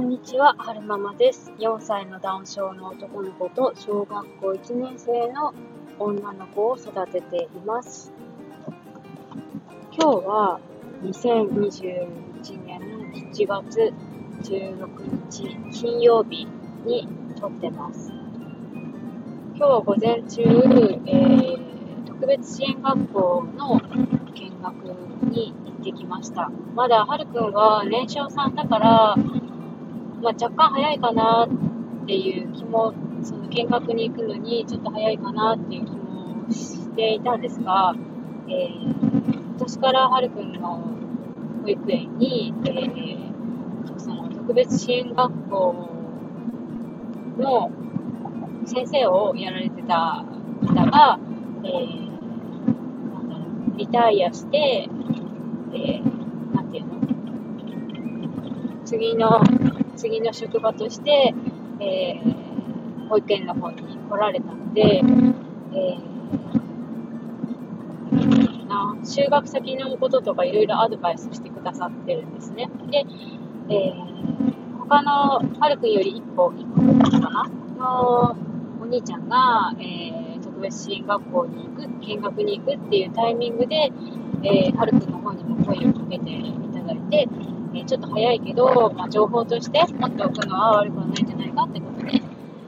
んにちは、はるままです。4歳のダウン症の男の子と小学校1年生の女の子を育てています。今日は2021年7月16日金曜日に撮ってます。今日は午前中、特別支援学校の見学に行ってきました。まだはるくんは年少さんだから若干早いかなっていう気も、その見学に行くのにちょっと早いかなっていう気もしていたんですが、今年からはるくんの保育園に、その特別支援学校の先生をやられてた方が、リタイアして、なんていうの、次の職場として、保育園の方に来られたので、就学先のこととかいろいろアドバイスしてくださってるんですね。で、他のはるくんより1個かなのお兄ちゃんが、特別支援学校に行く、見学に行くっていうタイミングで、はるくんの方にも声をかけていただいて、ちょっと早いけど、情報として持っておくのは悪くはないんじゃないかってことで、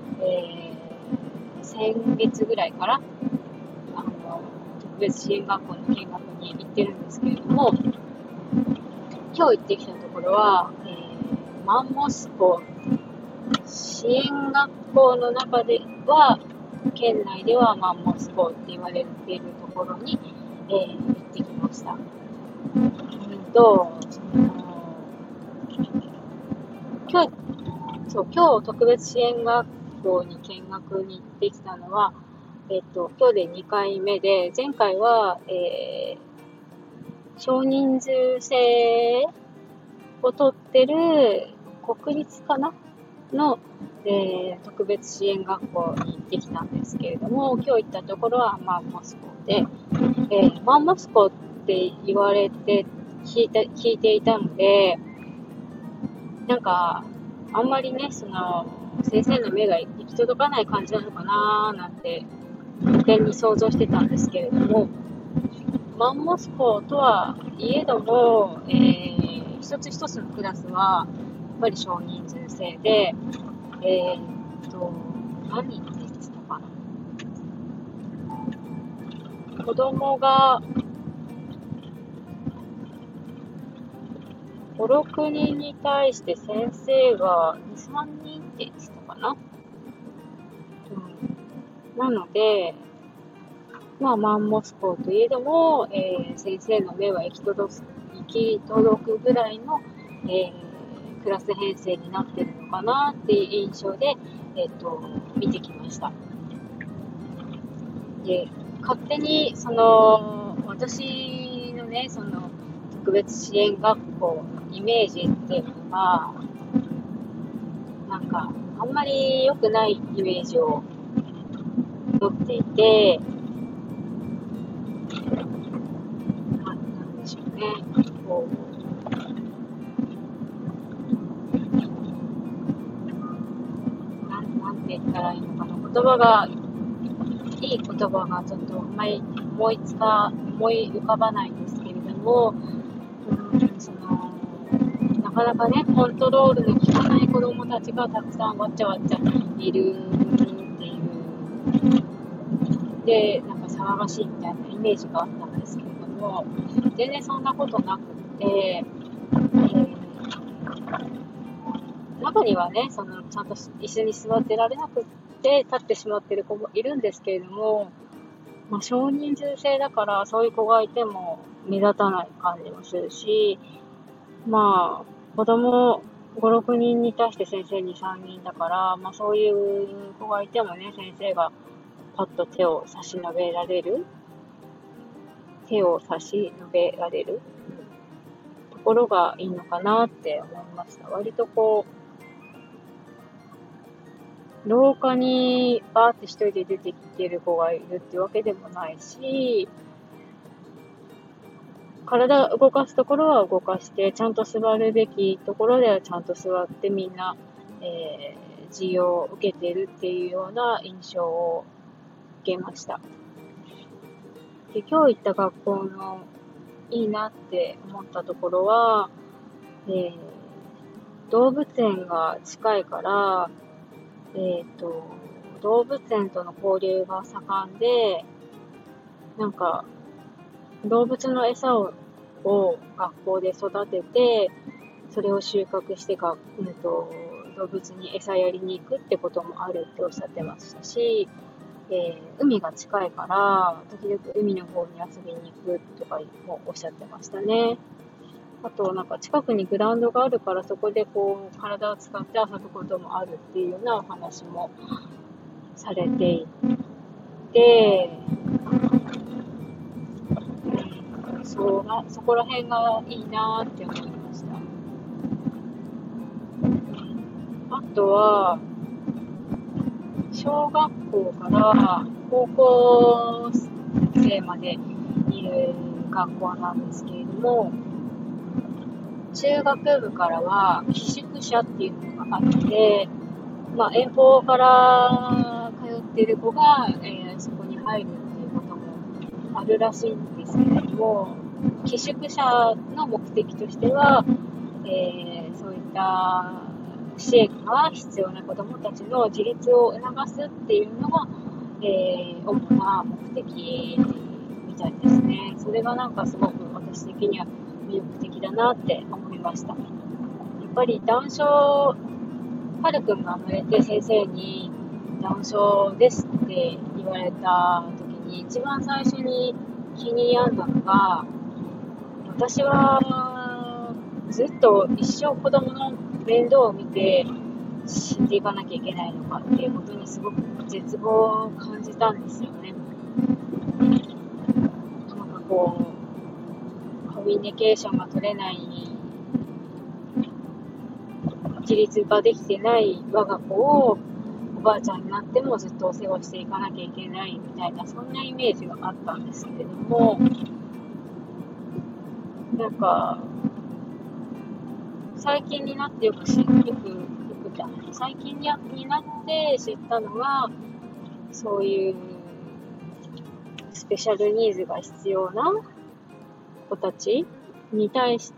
先月ぐらいから特別支援学校の見学に行ってるんですけれども、今日行ってきたところは、マンモス校、支援学校の中では、県内ではマンモス校って言われているところに、行ってきました。今日特別支援学校に見学に行ってきたのは、今日で2回目で、前回は、少人数制を取ってる国立かなの、特別支援学校に行ってきたんですけれども、今日行ったところはマンモス校で、マンモス校って言われて聞いていたので、なんかあんまりね、その先生の目が行き届かない感じなのかなーなんて勝手に想像してたんですけれども、マンモス校とはいえども、一つ一つのクラスはやっぱり少人数制で、何人って言ってたかな、子供が5、6人に対して先生が2、3人って言ってたかな。なので、マンモス校といえども、先生の目は行き届くぐらいの、クラス編成になってるのかなっていう印象で、見てきました。で、勝手に私のね、その特別支援学校のイメージっていうのは、なんかあんまり良くないイメージを持っていて、なんでしょうね、なんて言ったらいいのかな、いい言葉がちょっとあんまり思い浮かばないんですけれども、なかなかね、コントロールの効かない子どもたちがたくさんわちゃわちゃいるっていう、で、なんか騒がしいみたいなイメージがあったんですけれども、全然そんなことなくって、中にはね、ちゃんと椅子に座ってられなくって立ってしまっている子もいるんですけれども、少人数制だからそういう子がいても目立たない感じもするし、子供5、6人に対して先生2、3人だから、そういう子がいてもね、先生がパッと手を差し伸べられるところがいいのかなって思いました。割と廊下にバーって一人で出てきてる子がいるってわけでもないし、 体を動かすところは動かして、ちゃんと座るべきところではちゃんと座ってみんな、授業を受けているっていうような印象を受けました。で、今日行った学校のいいなって思ったところは、動物園が近いから、動物園との交流が盛んで、なんか、動物の餌を学校で育てて、それを収穫して動物に餌やりに行くってこともあるっておっしゃってましたし、海が近いから、時々海の方に遊びに行くとかもおっしゃってましたね。あと、なんか近くにグラウンドがあるから、そこで体を使って遊ぶこともあるっていうようなお話もされていて、そこら辺がいいなって思いました。あとは、小学校から高校生までいる学校なんですけれども、中学部からは寄宿舎っていうのがあって、遠方から通っている子が、そこに入るっていうこともあるらしいんですけれども、寄宿舎の目的としては、そういった支援が必要な子どもたちの自立を促すっていうのが、主な目的みたいですね。それがなんかすごく私的には魅力的だなって思いました。やっぱりダウン症、はるくんが生まれて先生にダウン症ですって言われた時に一番最初に気に病んだのが、私はずっと一生子供の面倒を見て死んでいかなきゃいけないのかっていうことにすごく絶望を感じたんですよね。なんかコミュニケーションが取れない、自立ができてない我が子をおばあちゃんになってもずっとお世話していかなきゃいけないみたいな、そんなイメージがあったんですけれども、なんか最近になって最近になって知ったのが、そういうスペシャルニーズが必要な子たちに対して、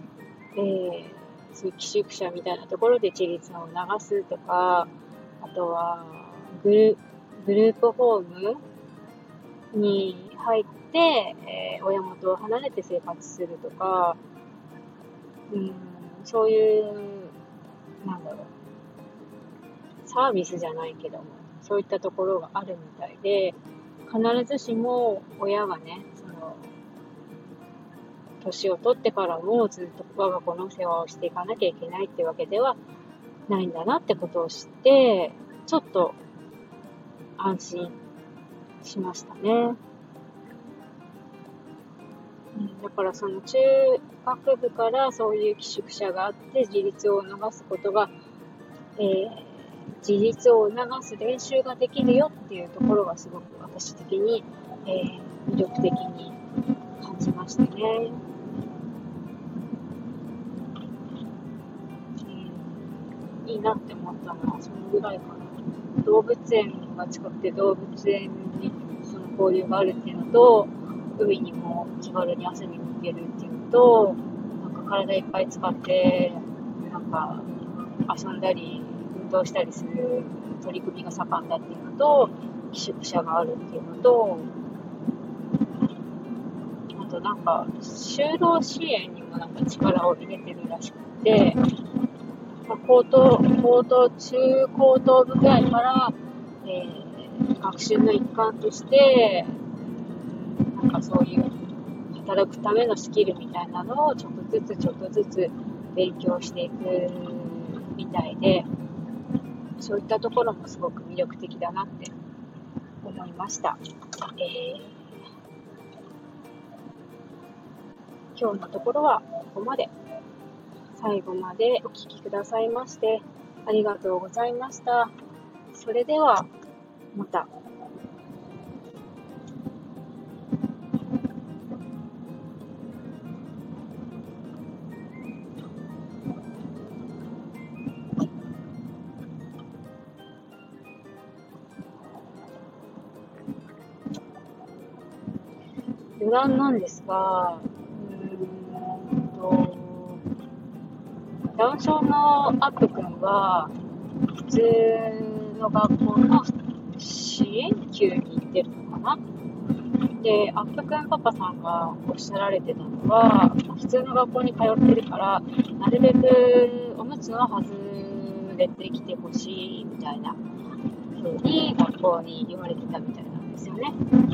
そういう寄宿舎みたいなところで自立を促すとか、あとはグループホームに入って、親元を離れて生活するとか、そういうサービスじゃないけども、そういったところがあるみたいで、必ずしも親がね、年を取ってからもずっと我が子の世話をしていかなきゃいけないってわけではないんだなってことを知って、ちょっと安心しましたね。だからその中学部からそういう寄宿舎があって自立を促すことが、自立を促す練習ができるよっていうところがすごく私的に、魅力的に感じましたね。いいなって思ったのはそのぐらいかな。動物園が近くて動物園にその交流があるっていうのと、海にも気軽に遊びに行けるっていうのと、なんか体いっぱい使ってなんか遊んだり運動したりする取り組みが盛んだっていうのと、寄宿舎があるっていうのと、あとなんか就労支援にもなんか力を入れてるらしくて、中高等部ぐらいから、学習の一環として、なんかそういう働くためのスキルみたいなのをちょっとずつ勉強していくみたいで、そういったところもすごく魅力的だなって思いました。今日のところはここまで。最後までお聞きくださいましてありがとうございました。それではまた。 余談なんですが、ダウン症のアップくんは、普通の学校の支援級に行ってるのかな。で、アップくんパパさんがおっしゃられてたのは、普通の学校に通ってるから、なるべくおむつは外れてきてほしいみたいな風に学校に言われてたみたいなんですよね。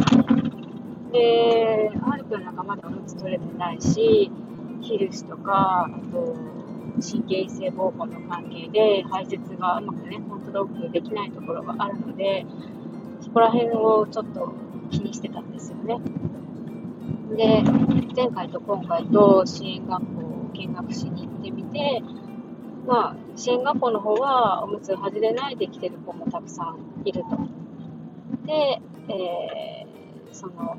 で、はるくんなんかまだおむつ取れてないし、ヒルシとか、あと、神経異性膀胱の関係で排泄がうまくね、コントロールできないところがあるので、そこら辺をちょっと気にしてたんですよね。で、前回と今回と支援学校を見学しに行ってみて、支援学校の方はおむつ外れないで来てる子もたくさんいると。で、その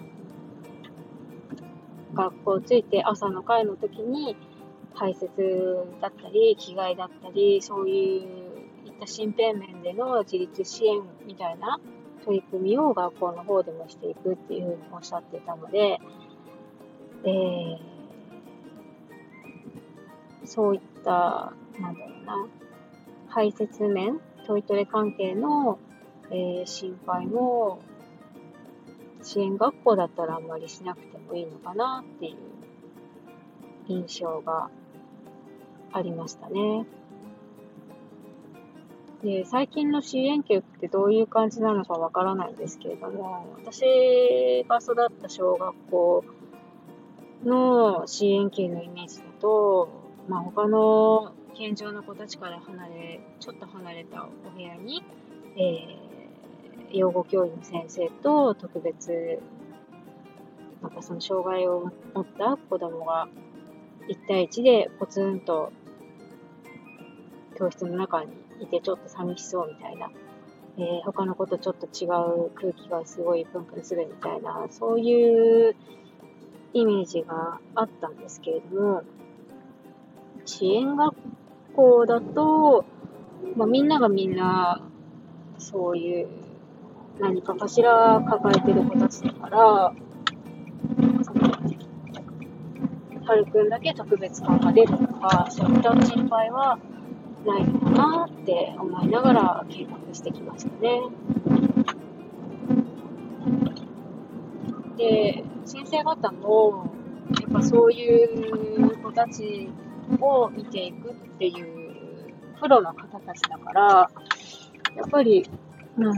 学校着いて朝の会の時に排泄だったり着替えだったりそういった身辺面での自立支援みたいな取り組みを学校の方でもしていくっていうふうにおっしゃっていたので、そういった排泄面トイトレ関係の、心配も支援学校だったらあんまりしなくてもいいのかなっていう印象がありましたね。で、最近の支援級ってどういう感じなのかわからないんですけれども、私が育った小学校の支援級のイメージだと、他の健常の子たちからちょっと離れたお部屋に、養護教員の先生と特別その障害を持った子供が1対1でポツンと教室の中にいてちょっと寂しそうみたいな、他の子とちょっと違う空気がすごいプンプンするみたいな、そういうイメージがあったんですけれども、支援学校だと、みんながみんなそういう何かしら抱えてる子たちだから、はるくんだけ特別感が出るとか、そういった心配はないのかなって思いながら見学してきましたね。で、先生方もやっぱそういう子たちを見ていくっていうプロの方たちだから、やっぱり普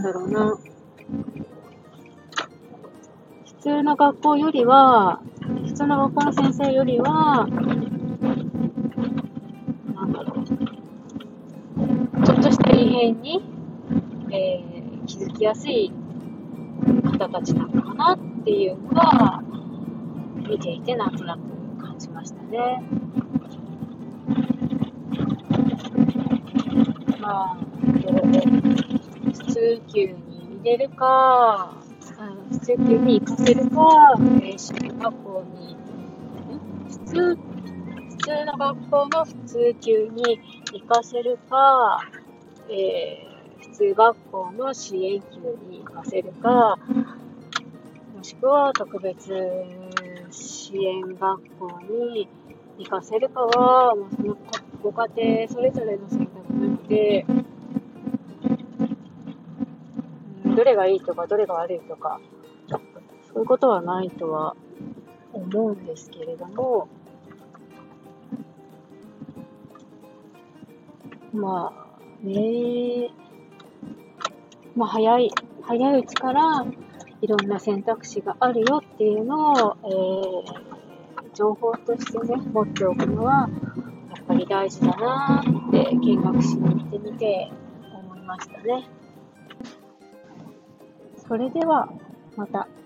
通の学校よりは、普通の学校の先生よりは、ちょっとした異変に、気づきやすい方たちなのかなっていうのが、見ていてなんとなく感じましたね。普通級に入れるか、普通級に行かせるか、支援学校に、普通の学校の普通級に行かせるか、普通学校の支援級に行かせるか、もしくは特別支援学校に行かせるかは、そのご家庭それぞれの選択なので、どれがいいとかどれが悪いとかそういうことはないとは思うんですけれども、早いうちからいろんな選択肢があるよっていうのを、情報としてね持っておくのはやっぱり大事だなって見学しに行ってみて思いましたね。それではまた。